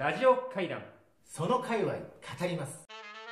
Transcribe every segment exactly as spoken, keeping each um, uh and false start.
ラジオ会談、 その界隈語ります。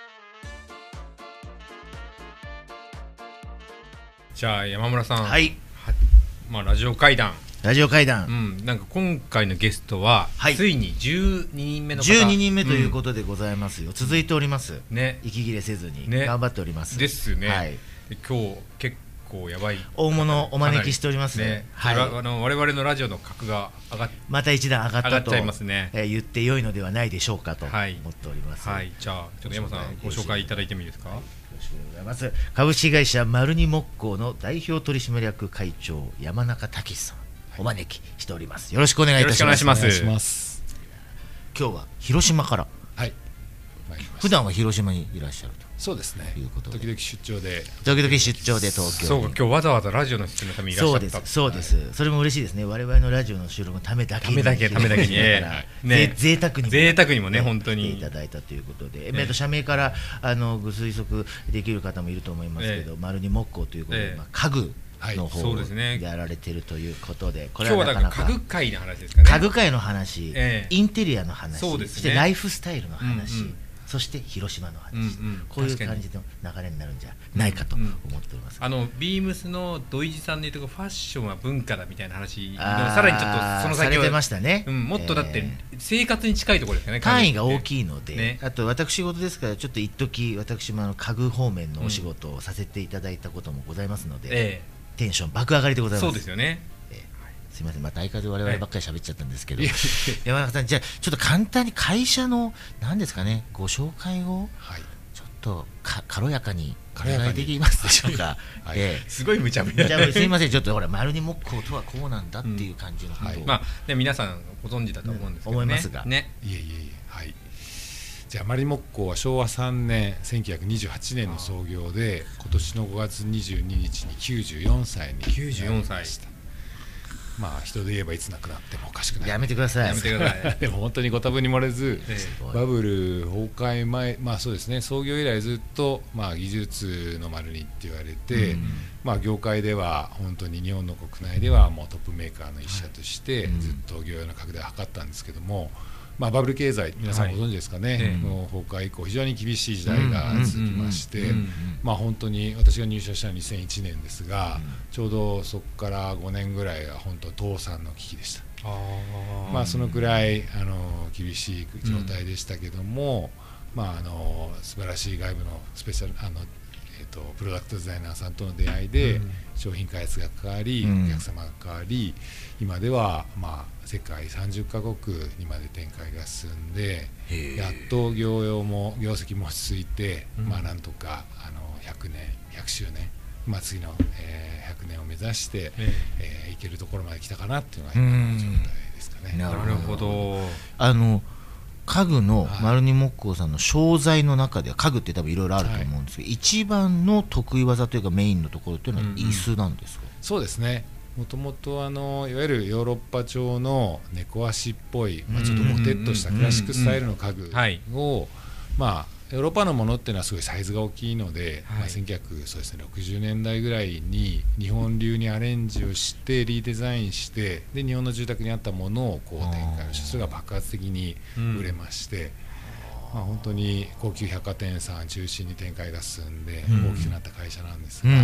じゃあ山村さん、 はい、 はまあ、ラジオ会談ラジオ会談、 うん、なんか今回のゲストは、はい、ついにじゅうににんめの方、 じゅうににんめということでございますよ、うん、続いております、 ね、 息切れせずに、 ね、 頑張っておりますですね、 はい、 で今日結構やばい大物をお招きしておりますね、 はい、 あの我々のラジオの格が上がっまた一段上がったと上がっちゃいますね、 えー、言って良いのではないでしょうかと思っております、 はいはい、じゃあちょっと山さんご紹介いただいてもいいですか。 はい、よろしくお願いします。株式会社マルニ木工の代表取締役会長山中武さん、お招きしております。よろしくお願いいたします。 よろしくお願いします。 今日は広島から、 はい、 普段は広島にいらっしゃると。 そうですね、 いうことで時々出張で時々出張で東京に。 そうか、今日わざわざラジオの出演のためにいらっしゃった。 そうですそうです、はい、それも嬉しいですね。我々のラジオの収録のためだけにためだけためだけにね、贅沢にも贅沢にもね、本当に来ていただいたということで、ね、社名からあのご推測できる方もいると思いますけど、マルニ木工ということで、まあ、家具の方をやられているということで、 これはなかなか今日は家具界の話ですかね。 家具界の話、ええ、インテリアの話、 そうですね、 そしてライフスタイルの話、うんうん、そして広島の話、うんうん、こういう感じの流れになるんじゃないかと思っております、 うんうん、あのビームスの土井地さんでいうとファッションは文化だみたいな話、さらにちょっとその先をされてましたね、 うん、もっとだって生活に近いところですよね、 単位が大きいので、 ね、 あと私事ですから、ちょっと一時私もあの家具方面のお仕事をさせていただいたこともございますので、うんええ、テンション爆上がりでございます。 そうですよね、 すみません、また相変わらず我々ばっかり喋っちゃったんですけど、はい、山中さん、じゃあちょっと簡単に会社の何ですかね、ご紹介をちょっとか軽やかにお願いできますでしょうか。 はい、えー、すごい無茶ぶり、 すみません、ちょっとほら丸に木工とはこうなんだっていう感じのことを、うん、はい、 まあね、皆さんご存知だと思うんですけどね、 思いますが、 ね、 いえいえいえ、はい、じゃあ丸に木工はしょうわさんねんせんきゅうひゃくにじゅうはちねんの創業で、今年のごがつにじゅうににちにきゅうじゅうよんさいになりました。まあ人で言えばいつ亡くなってもおかしくない。 やめてください。 やめてください。 でも本当にご多分に漏れず、ええ、バブル崩壊前、まあそうですね、創業以来ずっとまあ技術の丸にって言われて、うん、まあ業界では本当に日本の国内ではもうトップメーカーの一社としてずっと業用の拡大を図ったんですけども、まあ、バブル経済皆さんご存知ですかね、はい、の崩壊以降非常に厳しい時代が続きまして、まあ本当に私が入社したのはにせんいちねんですが、うん、ちょうどそこからごねんぐらいは本当倒産の危機でした。あ、まあそのくらいあの厳しい状態でしたけども、うん、まああの素晴らしい外部のスペシャルあのえー、とプロダクトデザイナーさんとの出会いで、うん、商品開発が変わり、うん、お客様が変わり、今では、まあ、世界さんじゅっかこくにまで展開が進んで、やっと業用も業績も落ち着いて、うん、まあ、なんとかあのひゃくねんひゃくしゅうねん、まあ、次の、えー、ひゃくねんを目指して、えー、いけるところまで来たかなっていうのが今の状態ですかね。 なるほど。 あの家具の丸に木工さんの商材の中では、家具って多分いろいろあると思うんですけど、はい、一番の得意技というかメインのところというのは椅子なんですか。うんうん、 そうですね、もともとあのいわゆるヨーロッパ調の猫足っぽい、まあ、ちょっとボテッとしたクラシックスタイルの家具を、まあヨーロッパのものっていうのはすごいサイズが大きいので、はい、まあ、せんきゅうひゃくろくじゅうねんだいぐらいに日本流にアレンジをしてリデザインして、で日本の住宅にあったものをこう展開をして、それが爆発的に売れまして、うん、まあ、本当に高級百貨店さん中心に展開が進んで大きくなった会社なんですが、うん、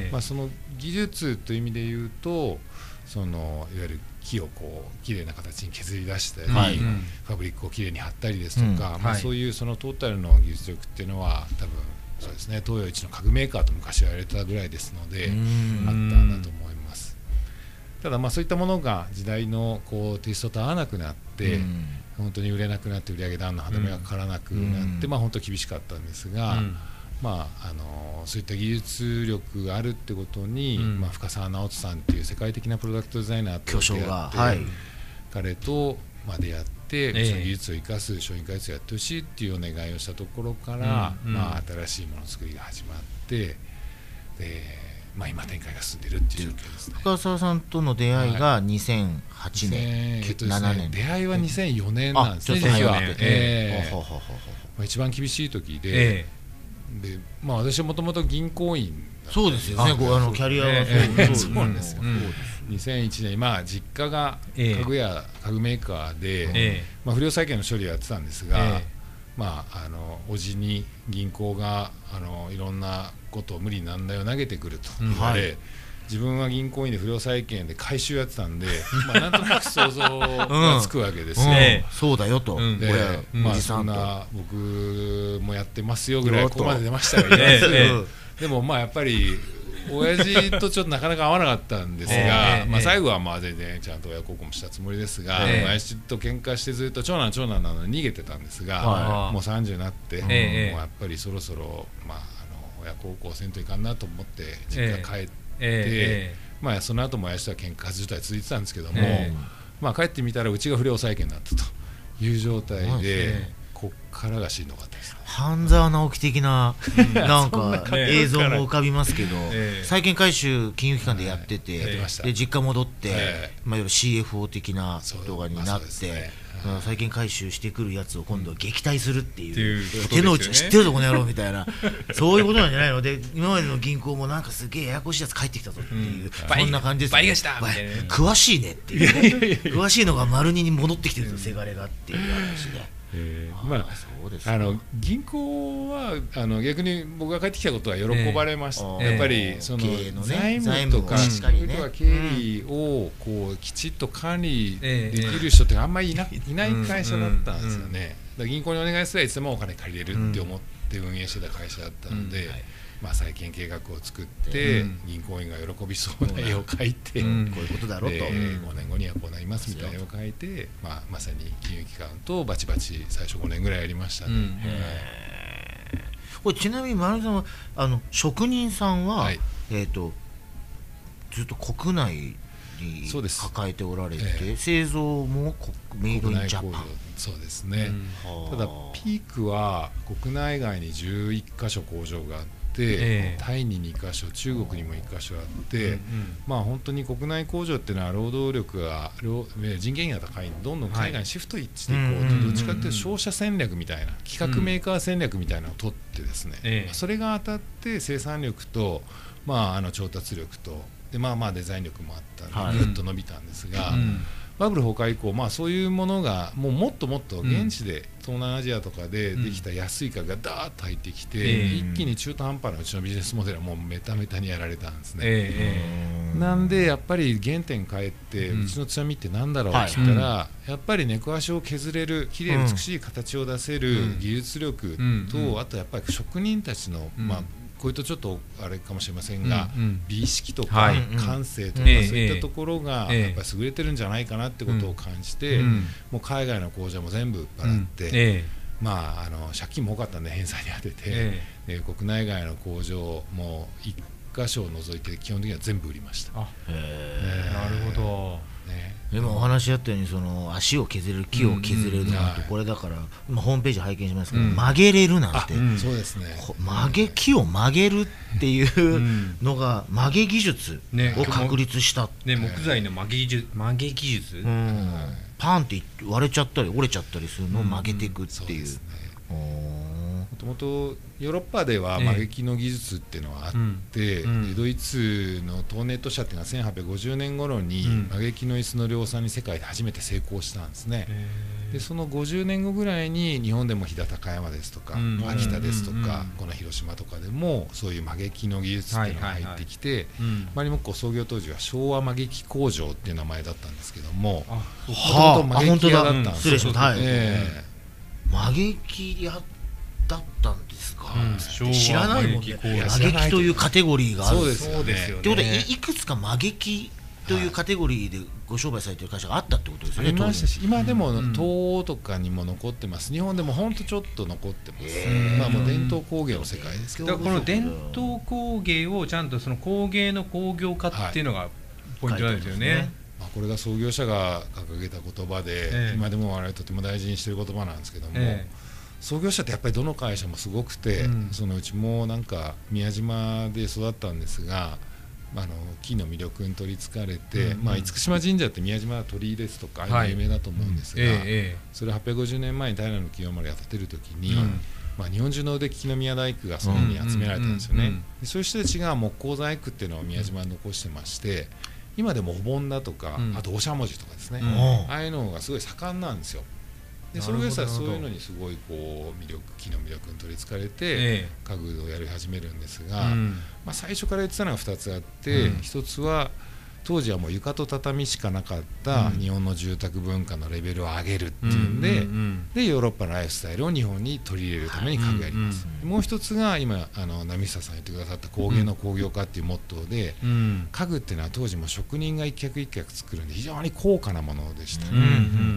まあ、その技術という意味で言うと、そのいわゆる木をこう綺麗な形に削り出したり、はい、ファブリックをきれいに貼ったりですとか、うん、まあ、そういうそのトータルの技術力っていうのは多分そうですね、東洋一の家具メーカーと昔は言われたぐらいですので、あったんだと思います。ただまあそういったものが時代のこうテイストと合わなくなって、本当に売れなくなって売上ダウンの歯止めがかからなくなって、まあ本当厳しかったんですが、まあ、あのそういった技術力があるってことに、うん、まあ、深澤直人さんっていう世界的なプロダクトデザイナーと出会って、はい、彼と、まあ、出会って、えー、その技術を生かす商品開発をやってほしいっていうお願いをしたところから、うんうん、まあ、新しいものづくりが始まって、で、まあ、今展開が進んでいるっていう状況ですね。 深澤さんとの出会いがにせんはちねん、 えーとですね、出会いはにせんよねんなんですね。一番厳しい時で、えーで、まあ、私はもともと銀行員だったんです。 そうですよね、あのキャリアはそうなんですよ。 にせんいちねん、まあ、実家が家具屋、家具メーカーで、 えまあ、不良債権の処理をやってたんですが、 えまあ、あの叔父に銀行があのいろんなことを無理難題を投げてくると言われ、 うんはい、 自分は銀行員で不良債権で回収やってたんで、まあ、なんとなく想像がつくわけですよ、 うんねうん、そうだよと、うん、 で、 うん、 まあ、そんな僕もやってますよぐらいここまで出ましたが、ええ、でもまあやっぱり親父とちょっとなかなか合わなかったんですが、えーまあ、最後はまあ全然ちゃんと親孝行もしたつもりですが、えー、親父と喧嘩してずっと長男長男なのに逃げてたんですが、はい、もうさんじゅうになって、えー、もうやっぱりそろそろ、まあ、あの親孝行せんといかんなと思って実家帰って、えーえーまあ、その後も親父とは喧嘩自体続いてたんですけども、えーまあ、帰ってみたらうちが不良債権だったという状態で、こっからがしんどかったですね。 半沢直樹的ななんか映像も浮かびますけど、債権回収金融機関でやってて、で実家戻って、まあ、いわゆる シーエフオー 的な動画になって、債権回収してくるやつを今度は撃退するっていう、手の内知ってるぞこの野郎みたいな、そういうことなんじゃないので、今までの銀行もなんかすげえややこしいやつ帰ってきたぞっていう、そんな感じですね。詳しいねっていう、詳しいのが丸二に戻ってきてるんですよ、せがれがっていう話で。 えーまあ、あの銀行はあの逆に僕が帰ってきたことは喜ばれました、えー、やっぱりその、ね、財務とかそれとか経理をこうきちっと管理できる人ってあんまりいな、いない会社だったんですよね、うんうん、だから銀行にお願いすればいつでもお金借りれるって思って運営してた会社だったので、うんはい、まあ、債権計画を作って、うん、銀行員が喜びそうな絵を描いて、うん、 こういうことだろうと、 ごねんごにはこうなりますみたいな絵を描いて、まあ、まさに金融機関とバチバチ最初ごねんぐらいやりましたね、うん、 これちなみに丸さんはあの職人さんは、はい、えーとずっと国内に抱えておられて、えー、製造もメイドインジャパン。 そうですね、うん、ただピークは国内外にじゅういっかしょ工場があって、えー、タイににかしょ中国にもいっかしょあって、うんうん、まあ本当に国内工場っていうのは労働力が人件費が高いのでどんどん海外にシフトしていこうと、はい、どっちかというと商社戦略みたいな企画メーカー戦略みたいなのを取ってですね、うん、それが当たって生産力と、まあ、あの調達力とでまあまあデザイン力もあったんでぐっと伸びたんですが、はい、うんバブル崩壊以降、まあ、そういうものがもうもっともっと現地で、うん、東南アジアとかでできた安い家具がダーッと入ってきて、うん、一気に中途半端なうちのビジネスモデルはもうメタメタにやられたんですね、えー、なんでやっぱり原点帰って、うん、うちの強みって何だろうって言ったら、はい、やっぱり猫足を削れるきれい美しい形を出せる技術力と、うん、あとやっぱり職人たちの、まあこういうとちょっとあれかもしれませんが、うんうん、美意識とか感性とか、はい、そういったところがやっぱり優れてるんじゃないかなってことを感じて、うん、もう海外の工場も全部払って、うんえー、まあ、あの借金も多かったんで返済に当てて、えー、国内外の工場もいっかしょを除いて基本的には全部売りました。あ、 えー、なるほど、 ね、今お話あったようにその足を削れる木を削れるなんて、これだから今ホームページ拝見しますけど、曲げれるなんて、 そうですね、 曲げ木を曲げるっていうのが曲げ技術を確立した、 ね、木材の曲げ技術、曲げ技術、うん、 パンって割れちゃったり折れちゃったりするのを曲げていくっていう。 もともとヨーロッパでは曲げ木の技術っていうのはあって、えーうん、ドイツのトーネット社っていうのはせんはっぴゃくごじゅうねん頃に曲げ木の椅子の量産に世界で初めて成功したんですね、えー、でそのごじゅうねんごぐらいに日本でも飛騨高山ですとか、うん、秋田ですとか、うん、この広島とかでもそういう曲げ木の技術っていうのが入ってきて、マリモッコ創業当時は昭和曲げ木工場っていう名前だったんですけども、もともと曲げ木屋だったんですよ。 曲げ木屋だったんですか、うん、知らないもんね。曲げ木というカテゴリーがある。 そうですよね。 ということで い, いくつか曲げ木というカテゴリーでご商売されている会社があったってことですよね。 ありましたし、今でも東欧とかにも残ってます。日本でも本当ちょっと残ってます。まあもう伝統工芸の世界ですけど、 だからこの伝統工芸をちゃんとその工芸の工業化っていうのがポイントなんですよね。はい、 まあ、これが創業者が掲げた言葉で、えー、今でも我々とても大事にしている言葉なんですけども、えー創業者ってやっぱりどの会社もすごくて、うん、そのうちもなんか宮島で育ったんですが、あの木の魅力に取りつかれて、うん、まあ、厳島神社って宮島は鳥居ですとか、はい、有名だと思うんですが、うん、ええ、それはっぴゃくごじゅうねんまえに平清盛が建てる時に、うん、まあ、日本中の腕利きの宮大工がそのに集められたんですよね。そういう人たちが木工細工っていうのを宮島に残してまして、 今でもお盆だとか、うん、あとおしゃもじとかですね、うん、ああいうのがすごい盛んなんですよ。でそれがさそういうのにすごいこう魅力木の魅力に取りつかれて、えー、家具をやり始めるんですが、うんまあ、最初から言ってたのがふたつあって、うん、ひとつは当時はもう床と畳しかなかった日本の住宅文化のレベルを上げるっていうんで、うんうんうん、でヨーロッパのライフスタイルを日本に取り入れるために家具やります、はいうんうん、もう一つが今あの波下さん言ってくださった工芸の工業化っていうモットーで、うん、家具っていうのは当時も職人が一脚一脚作るんで非常に高価なものでした、うんうん、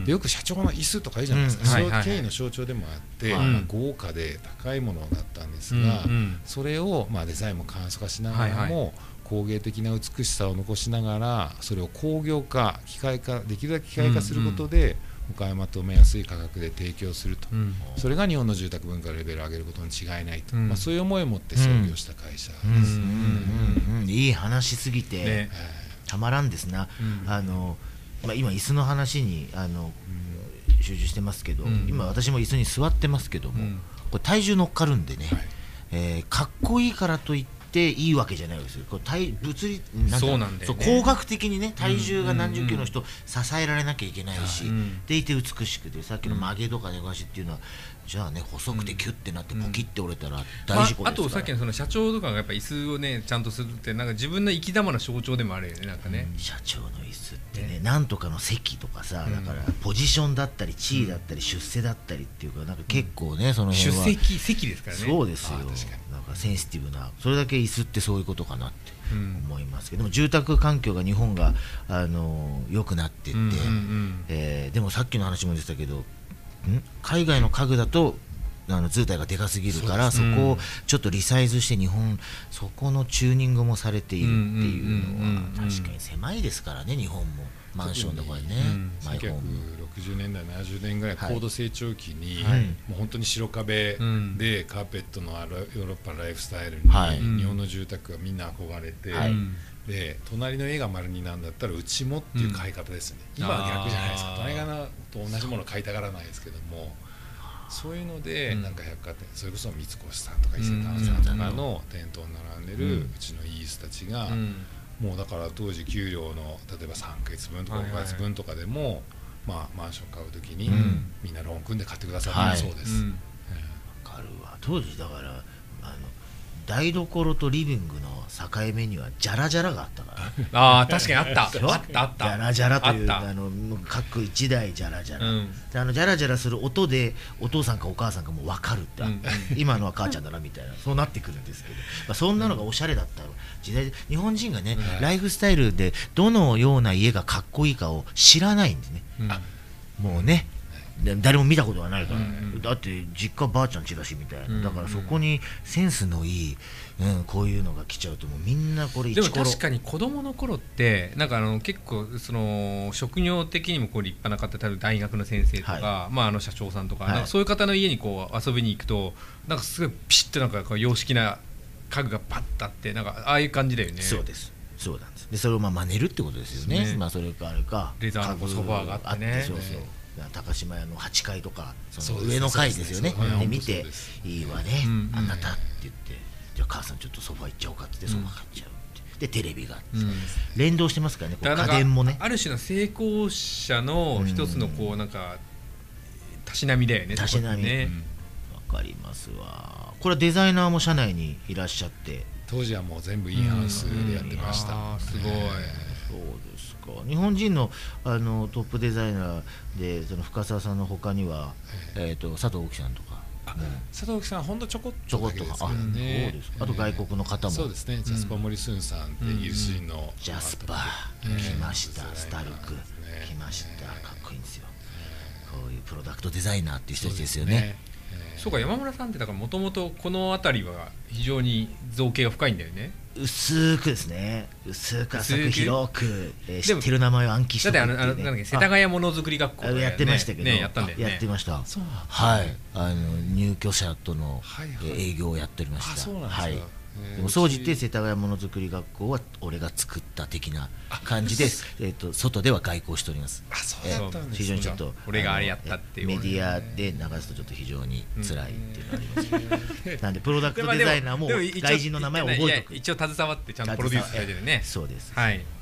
でよく社長の椅子とかいいじゃないですか、うん、それは経緯の象徴でもあって、はいはいまあ、豪華で高いものだったんですが、うんうん、それを、まあ、デザインも簡素化しながらも、はいはい工芸的な美しさを残しながらそれを工業化機械化できるだけ機械化することでお買い求めやすい価格で提供すると、うん、それが日本の住宅文化のレベルを上げることに違いないと、うんまあ、そういう思いを持って創業した会社ですね。 いい話すぎて、ね、たまらんですな、うん、あのまあ、今椅子の話にあの、うん、集中してますけど、うん、今私も椅子に座ってますけども、うん、これ体重乗っかるんでね、はいえー、かっこいいからといってでいいわけじゃないですよ。こう体物理なんそうなんだよね、そう工学的にね体重が何十キロの人を支えられなきゃいけないし、うんうん、でいて美しくてさっきの曲げとか寝返しっていうのは、じゃあね細くてキュッてなってポキッて折れたら大事故ですから、まあ、 あとさっきのその社長とかがやっぱ椅子をねちゃんとするってなんか自分の生き様の象徴でもあるよねなんかね、 うん、社長の椅子ってねねなんとかの席とかさ、うん、だからポジションだったり地位だったり出世だったりっていうかなんか結構ね、うん、その辺は出席席ですからね。 そうですよ。なんかセンシティブなそれだけ椅子ってそういうことかなって思いますけど、うん、でも住宅環境が日本があの良くなっていって、うんうんうんえー、でもさっきの話も出てたけどん海外の家具だとあの図体がでかすぎるから そ, そこをちょっとリサイズして日本そこのチューニングもされているっていうのは確かに狭いですからね日本もマンションとかね、うん、 せんきゅうひゃくろくじゅうねんだいななじゅうねんぐらい高度成長期に、はい、もう本当に白壁でカーペットのあるヨーロッパのライフスタイルに、はい、日本の住宅がみんな憧れて、はい、で隣の家が丸になんだったらうちもっていう買い方ですよね、うん、今は逆じゃないですか隣がなと同じものを買いたがらないですけどもそういうので、うん、なんか百貨店それこそ三越さんとか伊勢丹さんとかの店頭に並んでるうちのいい人たちが、うん、もうだから当時給料の例えばさんかげつぶんとかごかげつぶんとかでも、はいはいまあ、マンション買うときに、うん、みんなローン組んで買ってくださったそうです、はいうん、 分かるわ当時だからあの台所とリビングの境目にはジャラジャラがあったからああ確かにあったあったあったジャラジャラというあの各一台ジャラジャラ、うん、であのジャラジャラする音でお父さんかお母さんかも分かるって、うん、今のは母ちゃんだなみたいなそうなってくるんですけど、まあ、そんなのがおしゃれだった時代で日本人がね、うん、ライフスタイルでどのような家がかっこいいかを知らないんですね、うん、もうね誰も見たことがないから、ねうん、だって実家ばあちゃん家だしみたいな、うん、だからそこにセンスのいい、うん、こういうのが来ちゃうともうみんなこれ一コロでも確かに子供の頃ってなんかあの結構その職業的にもこう立派な方多分大学の先生とか、はいまあ、あの社長さんとか、はい、なんかそういう方の家にこう遊びに行くとなんかすごいピシッとなんかこう洋式な家具がパッとあってなんかああいう感じだよね。 そうですそうなんですでそれをまあ真似るってことですよね。ねまあそれかあれかレザーのソファーがあってね。 そうそう高島屋のはちかいとかその上の階ですよね。で見ていいわね、うん、あなたって言ってじゃあ母さんちょっとソファ行っちゃおうかってソファ買っちゃうってでテレビが、うん、連動してますからねこう家電もねある種の成功者の一つのこうなんかたしなみだよね。 たしなみねわかりますわ。これはデザイナーも社内にいらっしゃって当時はもう全部インハウスでやってました、うんうん、 あすごい、えー、 そうですか。日本人 の, あのトップデザイナーでその深澤さんの他には、えー、と佐藤貴さんとかあ、うん、佐藤貴さんほんとちょこっとだけですけどね。あと外国の方もそうですねジャスパー・モリスンさんってイギリス人の、うん、 ジャスパー来ました、スタルク来ました、かっこいいんですよ。こういうプロダクトデザイナーっていう人たちですよね。 そうか山村さんってだからもともとこの辺りは非常に造形が深いんだよね。 薄くですね薄く浅く広く、えー、知ってる名前を暗記して、ね、 だってあのあのなんだっけ世田谷ものづくり学校、ね、 やってましたけど、 ね、やったんだよね。 やってました。はいあの入居者との、はいはい、営業をやっておりました。あそうなんですか。はいでも総じて世田谷ものづくり学校は俺が作った的な感じで、えー、と外では外交しております。 あそうだったんです、えー、 非常にちょっと俺があれやったっていうメディアで流すとちょっと非常に辛いっていうのがありますけど、うん、なんでプロダクトデザイナーも外人の名前を覚えておく。 一応携わってちゃんとプロデュースされてるね。 そうです、 はい、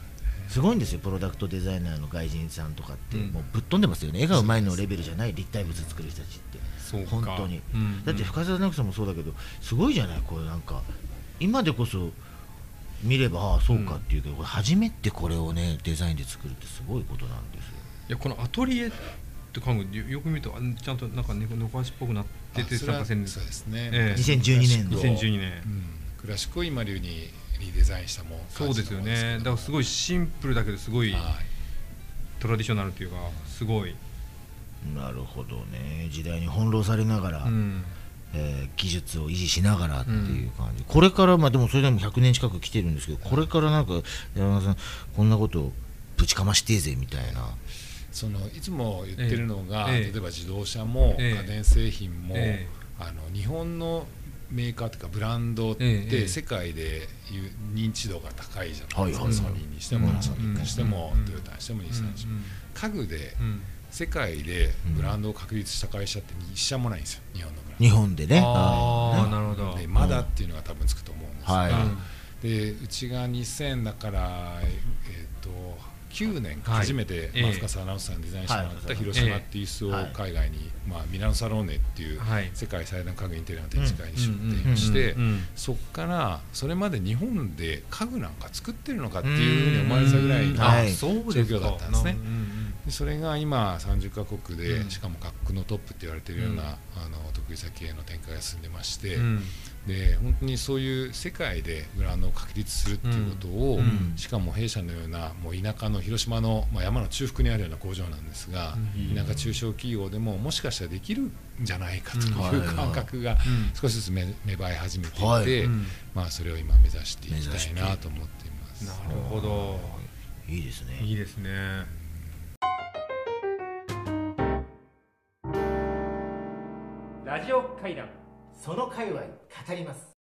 すごいんですよ。プロダクトデザイナーの外人さんとかって、うん、もうぶっ飛んでますよね。絵がうまいのレベルじゃない立体物作る人たちってそうか本当に、うん、だって深澤直樹さんもそうだけどすごいじゃない。これなんか今でこそ見ればああそうかっていうけど、うん、初めてこれをねデザインで作るってすごいことなんですよ。 いやこのアトリエって考えよく見るとちゃんとなんか猫足っぽくなってて参加せんそうですね、 えー、にせんじゅうにねんにせんじゅうにねん、うん、 クラシックを今流にリデザインしたもん。 そうですよね。だからすごいシンプルだけどすごいトラディショナルというかすごい。 なるほどね。時代に翻弄されながら、うんえー、技術を維持しながらっていう感じ、うん、これからまあでもそれでもひゃくねん近く来てるんですけど、これからなんか山田さんこんなことぶちかましてえぜみたいな。 そのいつも言ってるのが、ええ、例えば自動車も、え、家電製品も、あの日本のメーカーというかブランドって世界で認知度が高いじゃないですか、はいはい、ソニーにしても、うん、ソニックにしても、うん、トヨタにしても日産にしても、うん、家具で、うん、世界でブランドを確立した会社って一社もないんですよ、日本のブランド。 日本でね。 ああ、なるほど。 でまだっていうのが多分つくと思うんですが、はい、でうちがにせんだからえっ、ー、ときゅうねん初めて、はい、深澤直樹さんにデザインしてもらった広島っていう椅子を海外に、まあ、ミラノサローネっていう世界最大の家具インテリアの展示会に出展してそこからそれまで日本で家具なんか作ってるのかっていうふうに思われたぐらいの状況だったんですね。でそれが今さんじゅっかこくでしかも価格のトップって言われているような、うん、あの得意先への展開が進んでまして、うん、で本当にそういう世界でブランドを確立するっていうことを、うん、しかも弊社のようなもう田舎の広島の、まあ、山の中腹にあるような工場なんですが、うん、田舎中小企業でももしかしたらできるんじゃないかという感覚が少しずつ芽生え始めていて、はいまあ、それを今目指していきたいなと思っています。 なるほど。 いいですね。 いいですね。ラジオ会談、 その界隈語ります。